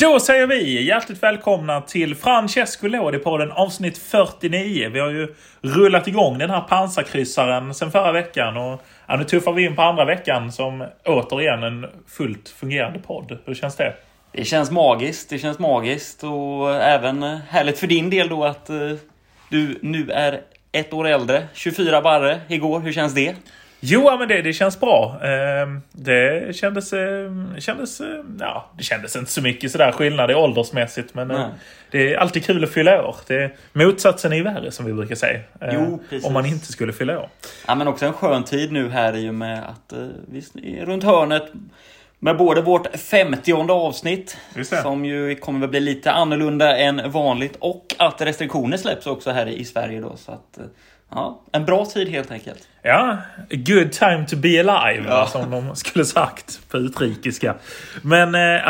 Då säger vi hjärtligt välkomna till Francesco Lodi-podden avsnitt 49. Vi har ju rullat igång den här pansarkryssaren sen förra veckan. Och nu tuffar vi in på andra veckan som återigen en fullt fungerande podd. Hur känns det? Det känns magiskt och även härligt för din del då att du nu är ett år äldre. 24 barre igår, hur känns det? Jo, men det känns bra. Det kändes inte så mycket sådär skillnad i åldersmässigt. Men det är alltid kul att fylla år. Motsatsen är värre som vi brukar säga. Jo, precis. Om man inte skulle fylla år. Ja, men också en skön tid nu här i och med att vi är runt hörnet med både vårt 50:e avsnitt som ju kommer att bli lite annorlunda än vanligt och att restriktioner släpps också här i Sverige då, så att ja, en bra tid helt enkelt. Ja, a good time to be alive, som de skulle sagt på utrikiska. Men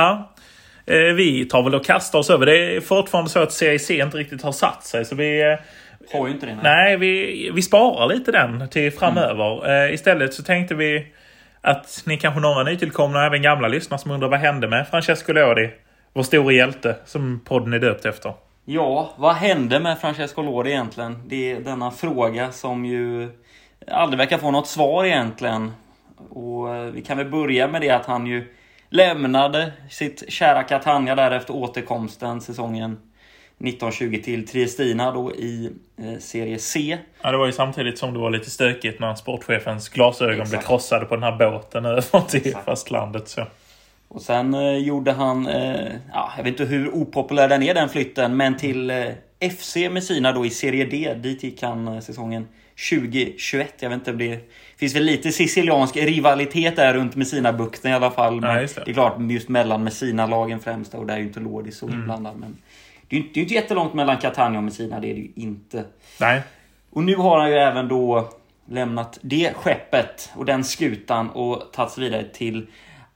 vi tar väl och kastar oss över. Det är fortfarande så att CIC inte riktigt har satt sig, så vi har ju inte det. Nej, vi sparar lite den till framöver. Istället så tänkte vi att ni kanske några nytillkomna och även gamla lyssnare som undrar vad hände med Francesco Lodi, vår stora hjälte som podden är döpt efter. Ja, vad hände med Francesco Lodi egentligen? Det är denna fråga som ju aldrig verkar få något svar egentligen. Och vi kan väl börja med det att han ju lämnade sitt kära Catania där efter återkomsten säsongen 1920 till Triestina då i serie C. Ja, det var ju samtidigt som det var lite stökigt när sportchefens glasögon blev krossade på den här båten över till fastlandet. Så. Och sen gjorde han, jag vet inte hur opopulär den är den flytten, men till FC Messina då i Serie D. Dit gick han säsongen 2021. Jag vet inte, det finns väl lite siciliansk rivalitet där runt Messina-bukten i alla fall. Men det är klart, just mellan Messina-lagen främst, och där är ju inte Lodi så inblandad. Men det är ju inte jättelångt mellan Catania och Messina, det är det ju inte. Nej. Och nu har han ju även då lämnat det skeppet och den skutan och tagits vidare till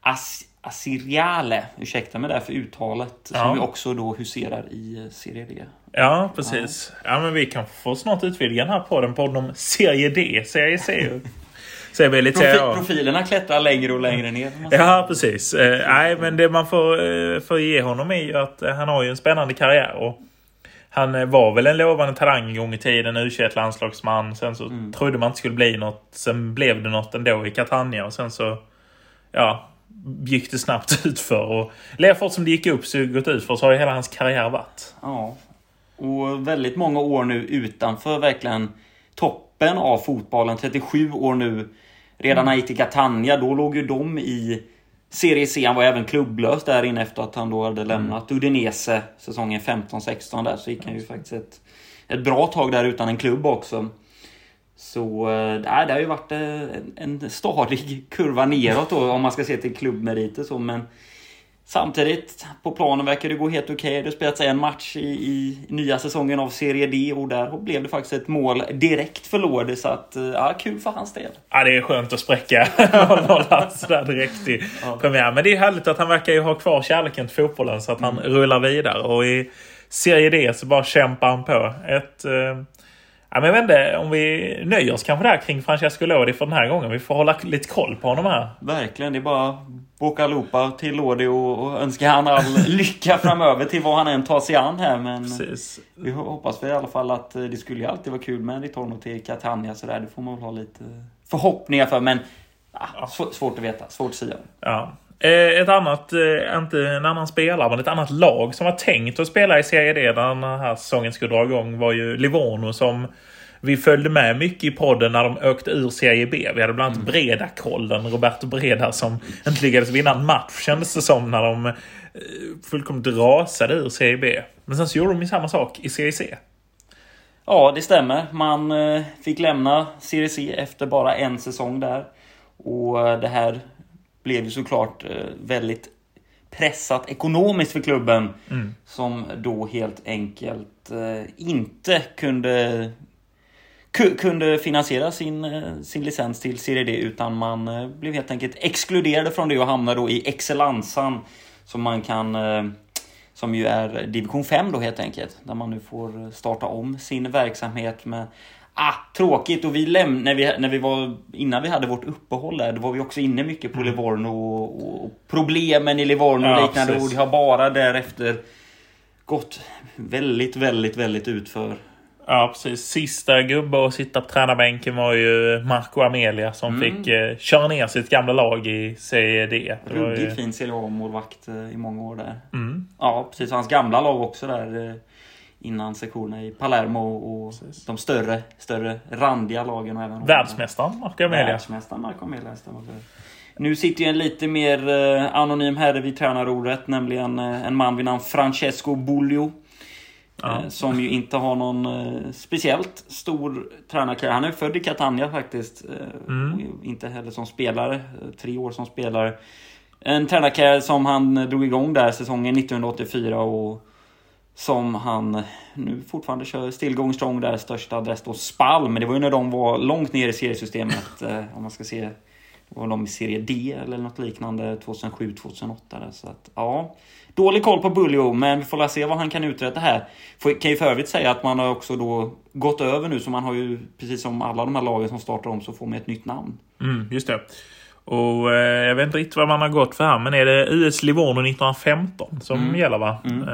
Asiriale, ursäkta mig där för uttalet, som vi också då huserar i Serie D. Ja, precis. Ja, men vi kan få snart utvidga den här podden om Serie D, Serie C. Så är lite profilerna klättrar längre och längre ner. Ja, precis. Nej, men det man får ge honom är ju att han har ju en spännande karriär. Och han var väl en lovande talang en gång i tiden, U21-landslagsman. Sen så trodde man inte skulle bli något. Sen blev det något ändå i Catania. Och sen så, gick det snabbt utför. Och lefort som det gick upp så gått ut för, så har ju hela hans karriär varit. Ja, och väldigt många år nu utanför verkligen toppen av fotbollen. 37 år nu. Redan när han gick till Catania, då låg ju de i Serie C. Han var även klubblös där inne efter att han då hade lämnat Udinese säsongen 15-16 där. Så gick han ju faktiskt ett bra tag där utan en klubb också. Så det har ju varit en stadig kurva neråt då, om man ska se till klubbmeriter så. Men samtidigt på planen verkar det gå helt okej. Det spelats en match i nya säsongen av Serie D och där blev det faktiskt ett mål direkt för Lodi. Så att, kul för hans del. Ja, det är skönt att spräcka där direkt i premiär. Men det är härligt att han verkar ju ha kvar kärleken till fotbollen så att han rullar vidare. Och i Serie D så bara kämpar han på. Men jag vet inte om vi nöjer oss kanske där kring Francesco Lodi för den här gången. Vi får hålla lite koll på honom här. Verkligen, det är bara boka lopa till Lodi och önska han all lycka framöver till vad han än tar sig an här. Men precis. Vi hoppas i alla fall att det skulle ju alltid vara kul med en retorno till Catania. Så där, det får man väl ha lite förhoppningar för. Men svårt att veta, svårt att säga. Ja. Ett annat, inte en annan spelare, men ett annat lag som var tänkt att spela i Serie D när den här säsongen skulle dra igång var ju Livorno, som vi följde med mycket i podden när de åkte ur Serie B. Vi hade bland annat Breda-kollen, Roberto Breda, som inte lyckades vinna en match, kändes det som, när de fullkomligt rasade ur Serie B. Men sen så gjorde de ju samma sak i Serie C. Ja, det stämmer. Man fick lämna Serie C efter bara en säsong där. Och det här blev ju såklart väldigt pressat ekonomiskt för klubben. Som då helt enkelt inte kunde finansiera sin licens till Serie D, utan man blev helt enkelt exkluderade från det och hamnade då i Excellansan som ju är division 5 då helt enkelt, där man nu får starta om sin verksamhet med tråkigt. Och när vi var, innan vi hade vårt uppehåll där, då var vi också inne mycket på Livorno och problemen i Livorno och liknande. Och det har bara därefter gått väldigt, väldigt, väldigt utför. Ja, precis. Sista gubbe att sitta på tränarbänken var ju Marco Amelia som fick köra ner sitt gamla lag i Serie D. Ruggigt fin Serie A-målvakt i många år där. Ja, precis. Hans gamla lag också där innan sektionerna i Palermo och de större randiga lagen. Och även Världsmästaren Marco Amelia. Världsmästaren Marco Amelia. Nu sitter ju en lite mer anonym herre vid tränarordet, nämligen en man vid namn Francesco Buglio. Som ju inte har någon speciellt stor tränarkarriär. Han är född i Catania faktiskt. Inte heller som spelare. 3 år som spelare. En tränarkarriär som han drog igång där säsongen 1984 och som han nu fortfarande kör still strong där. Största adress då Spal. Men det var ju när de var långt ner i seriesystemet. Om man ska se, var de i serie D eller något liknande 2007-2008 där. Så att, ja, dålig koll på Buglio, men vi får se vad han kan uträtta här. Kan ju för övrigt säga att man har också då gått över nu, så man har ju, precis som alla de här lagen som startar om, så får man ett nytt namn. Just det. Och jag vet inte riktigt vad man har gått för här, men är det US Livorno 1915 som gäller, va?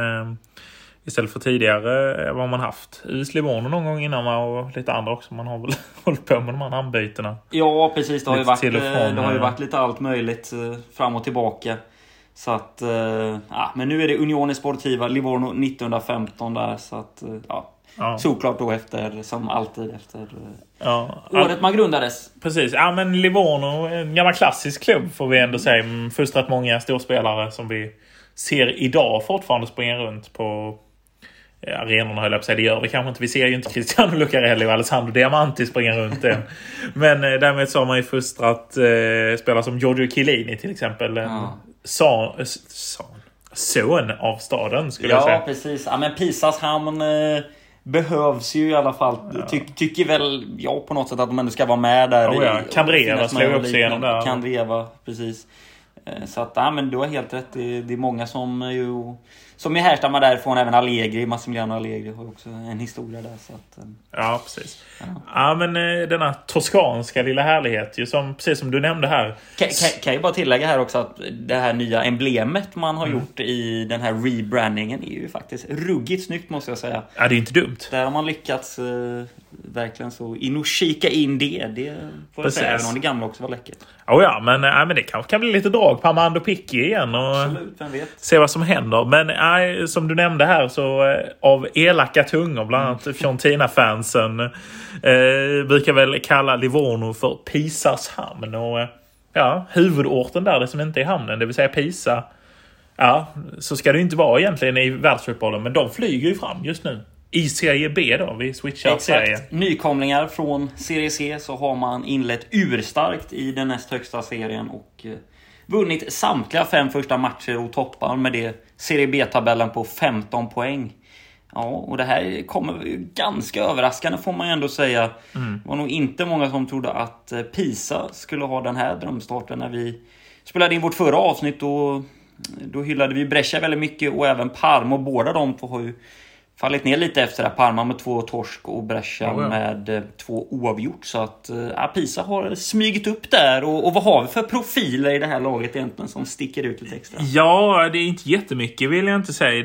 Istället för tidigare vad man haft. US Livorno någon gång innan, och lite andra också. Man har väl hållit på med de här namnbytena. Ja, precis. Det har ju varit lite allt möjligt fram och tillbaka. Så att, men nu är det Unione Sportiva Livorno 1915 där. Så att, såklart då efter, som alltid efter året man grundades. Precis, men Livorno, en gammal klassisk klubb får vi ändå säga. Först rätt många storspelare som vi ser idag fortfarande springa runt på arenorna, höll jag på att säga. Det gör vi kanske inte. Vi ser ju inte Cristiano Lucarelli och Alessandro Diamanti springa runt än. Men därmed så har man ju först att spela som Giorgio Chiellini till exempel. Son av staden skulle jag säga. Ja, precis. Ja, men Pisas hamn behövs ju i alla fall. Tycker väl jag på något sätt att de ändå ska vara med där. Candreva slog upp sig igenom där. Candreva, precis. Så att, men du har helt rätt. Det är många som är härstammar därifrån. Även Allegri, Massimiliano Allegri har också en historia där. Så att, ja, precis. Ja, men denna toskanska lilla härlighet, ju som, precis som du nämnde här. Kan jag bara tillägga här också att det här nya emblemet man har gjort i den här rebrandingen är ju faktiskt ruggigt snyggt, måste jag säga. Ja, det är inte dumt. Där har man lyckats verkligen så in och kika in det får jag säga, även om det gamla också var läckert. Ja, men det kan bli lite drag på Armando Picchi igen och absolut, vem vet. Se vad som händer. Men som du nämnde här, så av elaka tungor, bland annat Fiorentina-fansen brukar väl kalla Livorno för Pisas hamn. Och huvudorten där, det som inte är hamnen, det vill säga Pisa. Ja, så ska det inte vara egentligen i världsfotbollen, men de flyger ju fram just nu. I Serie B då, vi switchar serie. Nykomlingar från Serie C, så har man inlett urstarkt i den näst högsta serien och vunnit samtliga 5 första matcher och toppar med det Serie B-tabellen på 15 poäng. Ja, och det här kommer ganska överraskande, får man ju ändå säga. Det var nog inte många som trodde att Pisa skulle ha den här drömstarten. När vi spelade in vårt förra avsnitt, då hyllade vi Brescia väldigt mycket, och även Parma, och båda de två har ju fallit ner lite efter det. Parma med 2 torsk och Brescia med 2 oavgjort. Så att Pisa har smygit upp där. Och vad har vi för profiler i det här laget egentligen som sticker ut lite extra? Ja, det är inte jättemycket, vill jag inte säga.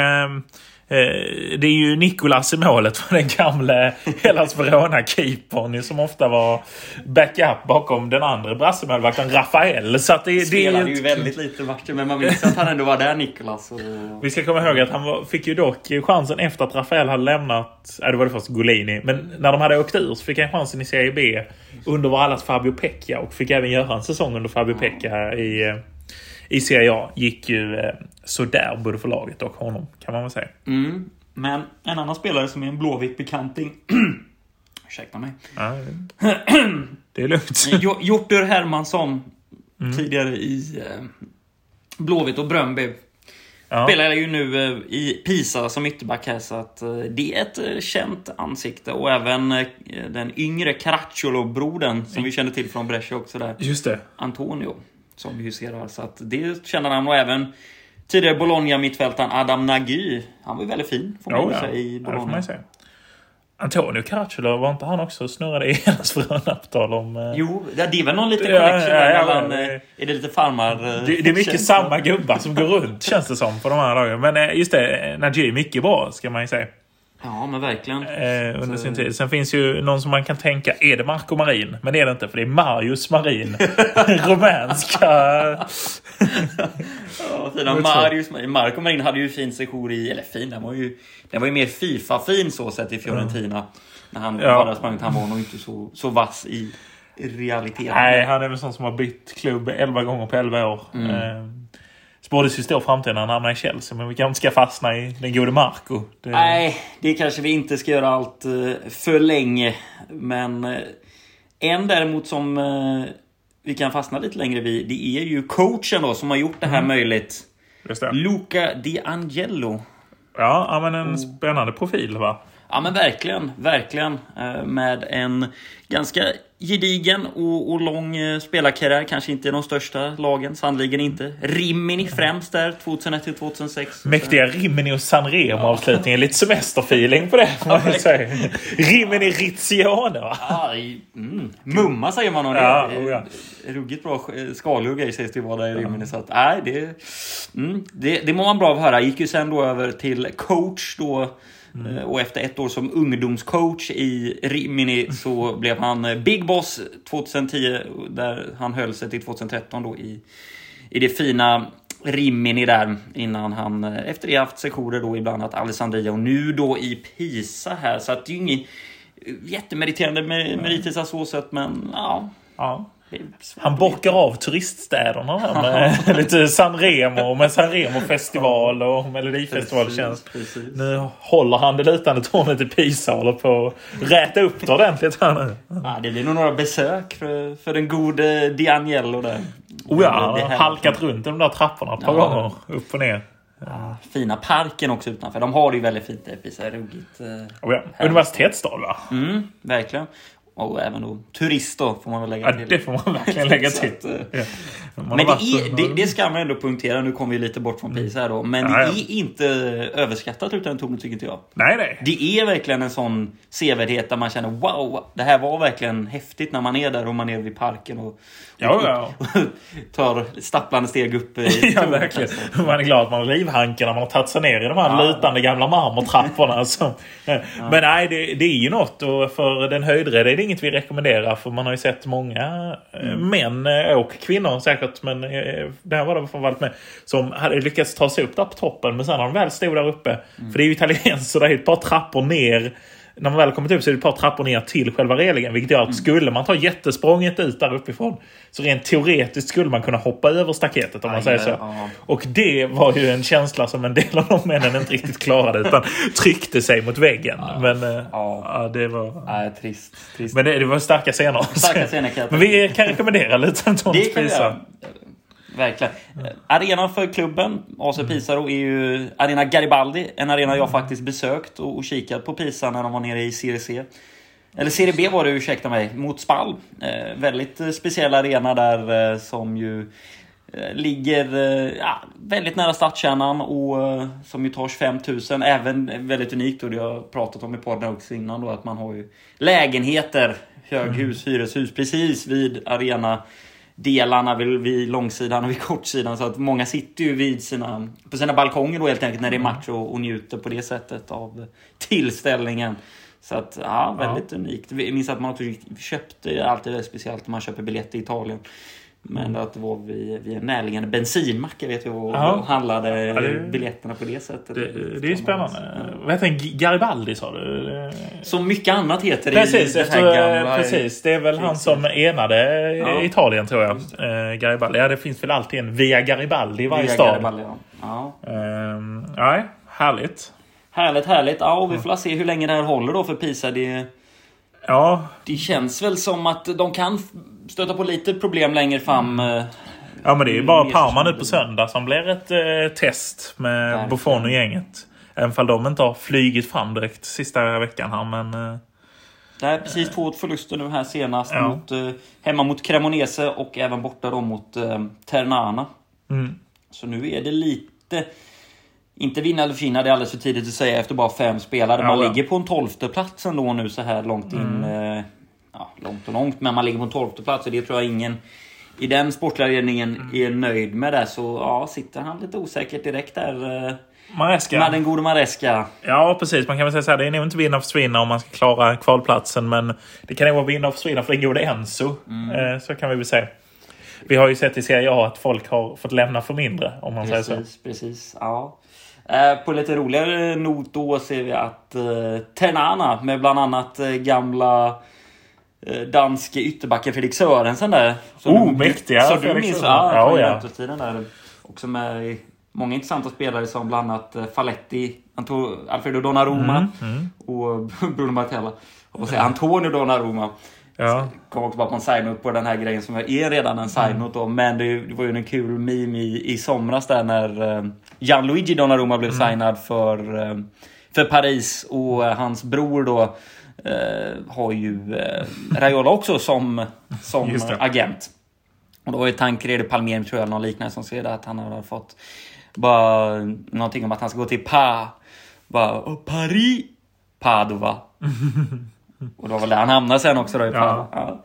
Det är ju Nicolas i målet för den gamla Hellas Verona-keepern som ofta var backup bakom den andra brassemålvakten Rafael. Så att det spelade ju väldigt lite matcher, men man visste att han ändå var där, Nicolas. Vi ska komma ihåg att han fick ju dock chansen efter att Rafael hade lämnat. Det var det först Golini. Men när de hade åkt ur så fick han chansen i Serie B under var allas Fabio Pecchia, och fick även göra en säsong under Fabio Pecchia i Serie A. Gick ju sådär både för laget och honom, kan man väl säga. Men en annan spelare som är en blåvitt bekanting ursäkta mig. Det är lugnt. Hjortur Hermansson tidigare i Blåvitt och Bröndby spelar ju nu i Pisa som ytterback här, så att det är ett känt ansikte. Och även den yngre Caracciolo-brodern som vi känner till från Brescia också där. Just det. Antonio, som vi ser här. Så att det känner han, och även tidigare Bologna-mittfältaren Adam Nagy. Han var ju väldigt fin, får man säga, i Bologna. Antonio Caracciolo, var inte han också snurrade i hennes fröna på tal om... Jo, det är väl någon liten connection mellan... Är det lite farmar... Det är mycket samma gubbar som går runt, känns det som, på de här dagarna. Men just det, Naji är mycket bra, ska man ju säga. Ja, men verkligen. Under sin tid. Sen finns ju någon som man kan tänka, är det Marco Marin? Men det är det inte, för det är Marius Marin. Rumänska. Ja, fina Marius Marin. Marco Marin hade ju fin sejour i... Eller fin, den var ju mer FIFA-fin så sett i Fiorentina. När han var där sprang, han var nog inte så vass i realiteten. Nej, han är väl sån som har bytt klubb 11 gånger på 11 år. Spårdes ju stor framtid när han hamnar i Chelsea. Men vi kanske inte ska fastna i den gode Marco. Nej, det kanske vi inte ska göra allt för länge. Men en däremot som vi kan fastna lite längre vid, det är ju coachen då som har gjort det här möjligt. Just det. Luca Di Angelo. Ja, men en spännande profil, va? Ja, men verkligen. Med en ganska gedigen och lång spelarkarriär. Kanske inte i de största lagen, sannoliken inte. Rimini främst där, 2001-2006. Mäktiga Rimini och Sanremo avslutningen. Lite semesterfeeling på det, får man säga. Rimini Rizione, va? Mumma säger man om det. Ja. Ruggigt bra skalor och grejer sägs det vara där i Rimini. Så att, det må man bra att höra. Gick ju sen då över till coach då. Och efter ett år som ungdomscoach i Rimini så blev han Big Boss 2010, där han höll sig till 2013 då i det fina Rimini där, innan han efter det haft sektioner då ibland att Alessandria och nu då i Pisa här, så att det är ju ingen jättemeriterande meritis så sätt, men ja. Han bockar av turiststäderna här med lite Sanremo, med Sanremo-festival och Melodifestival känns. Nu håller han det lutande tornet i Pisa och håller på att räta upp det ordentligt här nu. Ja, det blir nog några besök för den gode Di Angelo där. Han har halkat runt de där trapporna ett par gånger, upp och ner. Ja, fina parken också utanför. De har det ju väldigt fint där i Pisa, ruggigt. Universitetsstad, va? Verkligen. Och även då turist då, får man väl lägga till. Ja, det får man verkligen lägga till. Men det ska man ändå punktera. Nu kommer vi lite bort från Pisa här då. Men det är inte överskattat utan tornet, tycker inte jag. Nej. Det är verkligen en sån sevärdhet där man känner, wow, det här var verkligen häftigt när man är där och man är vid parken och tar stapplande steg upp i ja, verkligen. Man är glad att man har livhanken när man har tagit sig ner i de här lutande gamla marmortrapporna. Men nej, det är ju något. Och för den höjdrädda är det inget vi rekommenderar. För man har ju sett många män och kvinnor säkert. Men det här var det framförallt med. Som hade lyckats ta sig upp där på toppen. Men sen har de väl stod där uppe. För det är ju italienskt, så det är ett par trappor ner. När man väl kommit upp så är det ett par trappor ner till själva relingen. Vilket gör att skulle man ta jättesprånget ut där uppifrån, så rent teoretiskt skulle man kunna hoppa över staketet, om man säger så. Och det var ju en känsla som en del av de männen inte riktigt klarade, utan tryckte sig mot väggen. Men det var... trist. Men det var starka scener. Men vi kan rekommendera lite en det kan vi göra. Verkligen. Arenan för klubben AC Pisa då, är ju Arena Garibaldi. En arena jag faktiskt besökt och kikat på Pisa när de var nere i Serie C. Eller Serie B var det, ursäkta mig, mot Spal. Väldigt speciell arena där som ju ligger väldigt nära stadskärnan och som ju tar 25 000. Även väldigt unikt, och det har jag pratat om i podden också innan då, att man har ju lägenheter, höghus, hyreshus precis vid arena delarna vid långsidan och vid kortsidan, så att många sitter ju på sina balkonger då helt enkelt när det är match och njuter på det sättet av tillställningen. Så att väldigt unikt. Vi minns att man också köpte, alltid väldigt speciellt när man köper biljetter i Italien. Men att det var vid en närliggande bensinmack, vet jag, och handlade biljetterna på det sättet. Det är spännande. Vad heter en Garibaldi, sa du? Så mycket annat heter det. Precis, det är väl han som enade Italien, tror jag. Garibaldi. Ja, det finns väl alltid en Via Garibaldi i varje stad. Garibaldi, härligt. Härligt. Ja, och vi får se hur länge det här håller då för Pisa. Det känns väl som att de kan stöta på lite problem längre fram. Ja, men det är ju bara Parma nu på söndag som blir ett test med Buffon och gänget. Även fall de inte har flygit fram direkt sista veckan här, men... Det är precis 2 förluster nu här senast. Hemma mot Cremonese och även borta då mot Ternana. Så nu är det lite... inte vinna eller försvinna, det är alldeles för tidigt att säga efter bara 5 spelare. Man ligger på en 12:e plats ändå nu så här långt in. Långt, men man ligger på en 12:e plats och det tror jag ingen i den sportliga ledningen är nöjd med det. Så sitter han lite osäkert direkt där. Maresca. Med den gode Maresca. Ja, precis. Man kan väl säga så här, det är nog inte vinna och försvinna om man ska klara kvalplatsen, men det kan nog vara vinna och försvinna för den gode Enzo. Så kan vi väl säga. Vi har ju sett i Serie A att folk har fått lämna för mindre, om man säger så. Precis, ja. På lite roligare not då ser vi att Ternana med bland annat gamla danske ytterbacken Fredrik Sørensen där. Mäktiga. Så du minns Juventus-tiden där. Också med många intressanta spelare som bland annat Falletti, Alfredo Donnarumma och Bruno Martella. Och säga Antonio Donnarumma. Ja. Kom också bara på en side-note på den här grejen som är redan en side-note då. Men det var ju en kul meme i somras där när Gianluigi Donnarumma blev signad för Paris. Och hans bror då har ju Raiola också som agent. Och då var ju Tancredi Palmieri, tror jag, någon liknande som skrev att han hade fått bara någonting om att han ska gå till Paris, Padova. Och då var väl där han hamnade sen också då i Padova.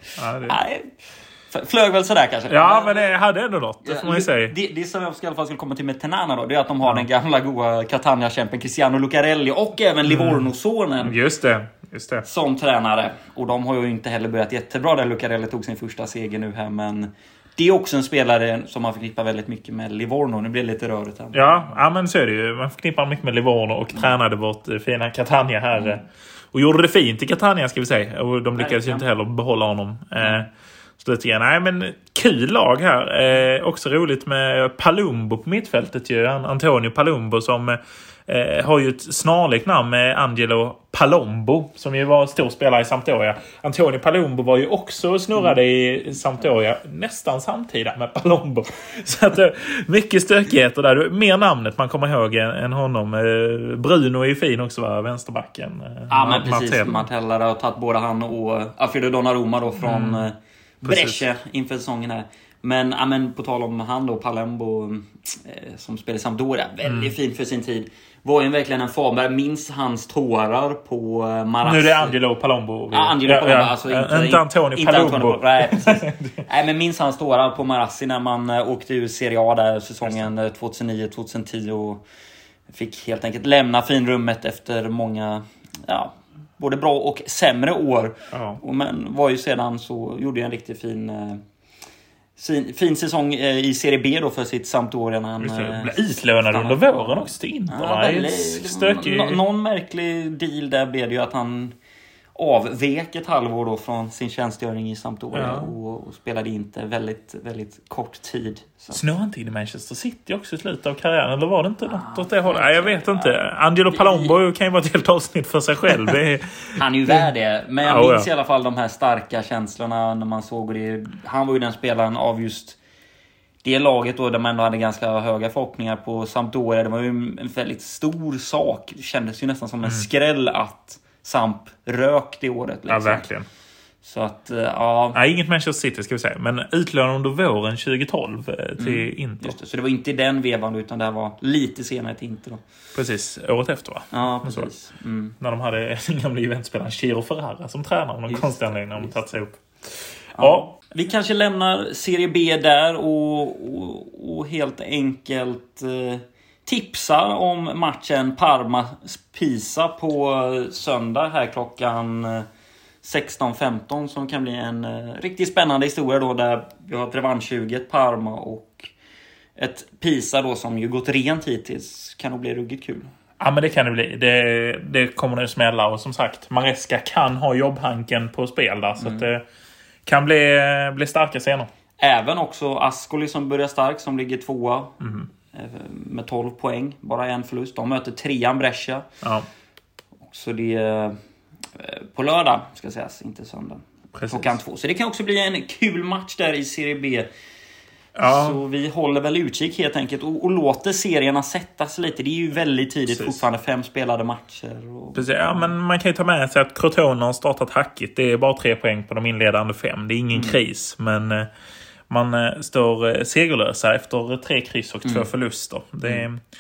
Flög väl sådär kanske. Ja, men det hade ändå något, det får man ju säga. Det som jag i alla fall skulle komma till med Ternana då, det är att de har den gamla goa Catania-kämpen Cristiano Lucarelli och även Livorno-sonen. Just det. Som tränare. Och de har ju inte heller börjat jättebra där Lucarelli tog sin första seger nu här, men det är också en spelare som man förknippar väldigt mycket med Livorno. Nu blir det lite rörigt här. Ja, men så är det ju. Man förknippar mycket med Livorno och tränade vårt fina Catania här. Och gjorde det fint i Catania, ska vi säga. Och de lyckades ju inte heller behålla honom. Nej, men kul lag här. Också roligt med Palumbo på mittfältet ju. Antonio Palumbo som har ju ett snarlikt namn med Angelo Palombo som ju var stor spelare i Sampdoria. Antonio Palumbo var ju också snurrade i Sampdoria nästan samtidigt med Palombo. Så att mycket stökigheter där. Mer namnet man kommer ihåg än honom. Bruno är ju fin också, var vänsterbacken. Ja, men precis. Martella har tagit både han och Alfredo Donnarumma då från Brescia inför säsongen här. Men på tal om han då, Palombo som spelar i Sampdoria, väldigt fin för sin tid. Var ju verkligen en formare. Minns hans tårar på Marassi. Nu är det Angelo Palombo. Angelo Palombo. Alltså inte Antonio Palombo. Nej, precis. Nej, men minns hans tårar på Marassi när man åkte ur Serie A där säsongen 2009-2010 och fick helt enkelt lämna finrummet efter många både bra och sämre år. Men var ju sedan så gjorde jag en riktigt fin säsong i Serie B då för sitt Sampdoria. Han blev utlönad under våren också till Inter. Någon märklig deal där blev det ju att han avvek ett halvår då från sin tjänstgöring i Sampdoria och spelade inte väldigt, väldigt kort tid. Snurrade inte in i Manchester City också i slutet av karriären? Eller var det inte något åt det hållet? Nej, jag vet inte. Angelo Palombo kan ju vara ett helt avsnitt för sig själv. Han är ju värd det. Men jag minns i alla fall de här starka känslorna när man såg det. Han var ju den spelaren av just det laget då, där man ändå hade ganska höga förhoppningar på Sampdoria. Det var ju en väldigt stor sak. Det kändes ju nästan som en skräll att Samp rök det året. Liksom. Ja, verkligen. Så att, Nej, inget Manchester City ska vi säga. Men utlånade under våren 2012 till Inter. Just det, så det var inte i den vevan utan det var lite senare till Inter då. Precis, året efter va? Ja, precis. När de hade den gamla Juventus-spelaren Ciro Ferrara som tränare. Någon konstig anledning när de tagit sig upp. Ja. Vi kanske lämnar Serie B där och helt enkelt tipsar om matchen Parma-Pisa på söndag här klockan 16:15 som kan bli en riktigt spännande historia då, där vi har ett revanschsuget Parma och ett Pisa då som ju gått rent hittills. Kan nog bli ruggigt kul. Ja, men det kan det bli. Det kommer nu smälla och som sagt, Maresca kan ha jobbhanken på spel där så att det kan bli starka scener. Även också Ascoli som börjar starkt, som ligger 2 med 12 poäng, bara en förlust. De möter 3 Brescia. Ja. Så det är på lördag ska sägas, inte söndag. Klockan 2. Så det kan också bli en kul match där i Serie B. Ja. Så vi håller väl utkik helt enkelt och låter serierna sättas lite. Det är ju väldigt tidigt, fortfarande 5 spelade matcher. Precis. Ja, men man kan ju ta med sig att Crotone har startat hackigt. Det är bara 3 poäng på de inledande 5. Det är ingen kris, men man står segerlösa efter 3 kryss och 2 förluster. Det är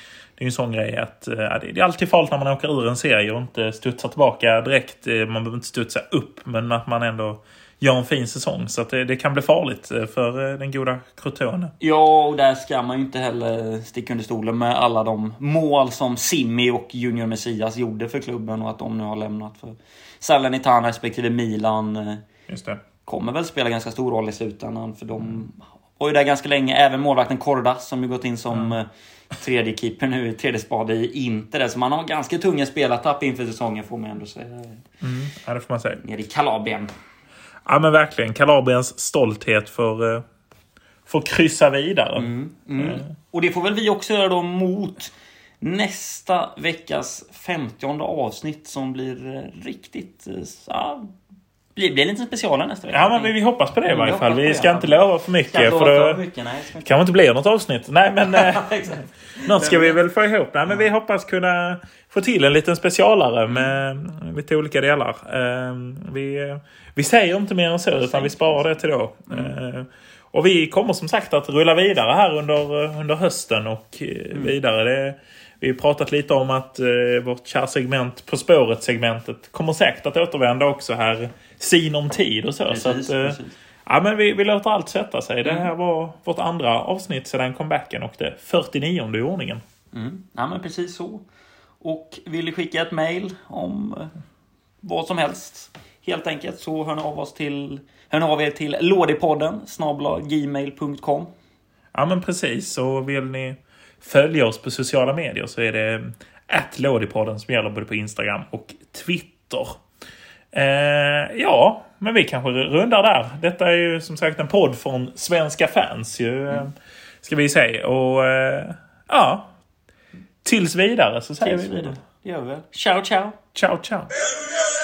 är ju en sån grej att det är alltid farligt när man åker ur en serie och inte studsar tillbaka direkt. Man behöver inte studsa upp, men att man ändå gör en fin säsong. Så att det kan bli farligt för den goda Crotone. Ja, och där ska man ju inte heller sticka under stolen med alla de mål som Simi och Junior Messias gjorde för klubben och att de nu har lämnat för Salernitana respektive Milan. Just det. Kommer väl spela ganska stor roll i slutändan, för de var ju där ganska länge. Även målvakten Korda som ju gått in som tredje keeper nu, tredje spade i Inter. Så man har ganska tunga spelartapp inför säsongen, får man ändå säga. Ja, det får man säga. Nere i Kalabrien. Ja, men verkligen. Kalabriens stolthet för kryssa vidare. Och det får väl vi också göra då mot nästa veckas 50:e avsnitt som blir riktigt... blir en liten special nästa vecka. Ja, men vi hoppas på det i varje fall. Vi ska inte lova för mycket. För det kan inte bli något avsnitt. Nej, men något ska vi väl få ihop. Nej, men vi hoppas kunna få till en liten specialare med lite olika delar. Vi säger inte mer än så, utan vi sparar det till då. Och vi kommer som sagt att rulla vidare här under hösten och vidare. Vi har pratat lite om att vårt kära segment På spåret-segmentet kommer säkert att återvända också här sinom tid och så. Precis, så att, ja, men vi låter allt sätta sig. Det här var vårt andra avsnitt sedan comebacken och det 49:e i ordningen. Ja, men precis så. Och vill ni skicka ett mejl om vad som helst, helt enkelt, så hör ni av er till lådipodden@gmail.com. Ja, men precis. Så vill ni följa oss på sociala medier så är det @lådipodden som gäller både på Instagram och Twitter. Ja, men vi kanske rundar där. Detta är ju som sagt en podd från svenska fans ska vi säga. Och ja, tills vidare så säger vi. Det gör vi väl. Ciao, ciao. Ciao, ciao.